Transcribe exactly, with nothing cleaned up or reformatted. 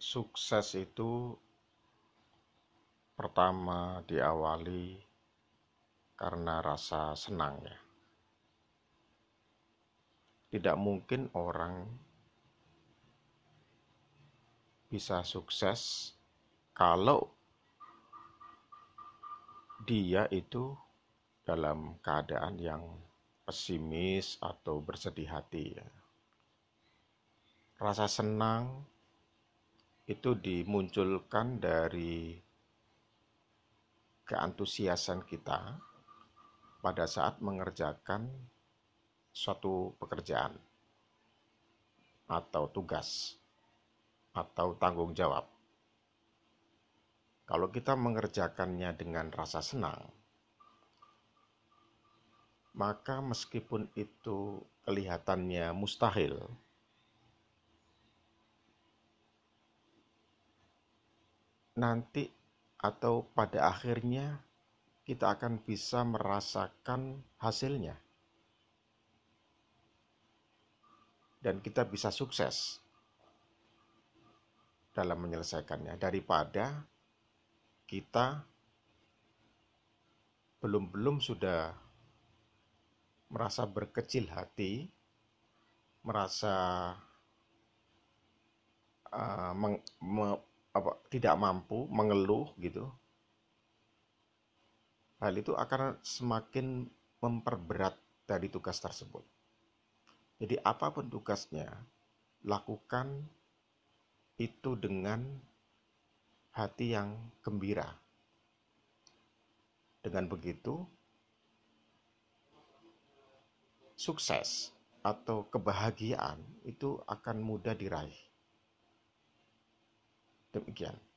Sukses itu pertama diawali karena rasa senang ya. Tidak mungkin orang bisa sukses kalau dia itu dalam keadaan yang pesimis atau bersedih hati ya. Rasa senang itu dimunculkan dari keantusiasan kita pada saat mengerjakan suatu pekerjaan atau tugas atau tanggung jawab. Kalau kita mengerjakannya dengan rasa senang, maka meskipun itu kelihatannya mustahil, nanti atau pada akhirnya kita akan bisa merasakan hasilnya. Dan kita bisa sukses dalam menyelesaikannya daripada kita belum-belum sudah merasa berkecil hati, merasa uh, meng, me, apa, tidak mampu, mengeluh gitu. Hal itu akan semakin memperberat dari tugas tersebut. Jadi apapun tugasnya, lakukan itu dengan hati yang gembira. Dengan begitu, sukses atau kebahagiaan itu akan mudah diraih. Demikian.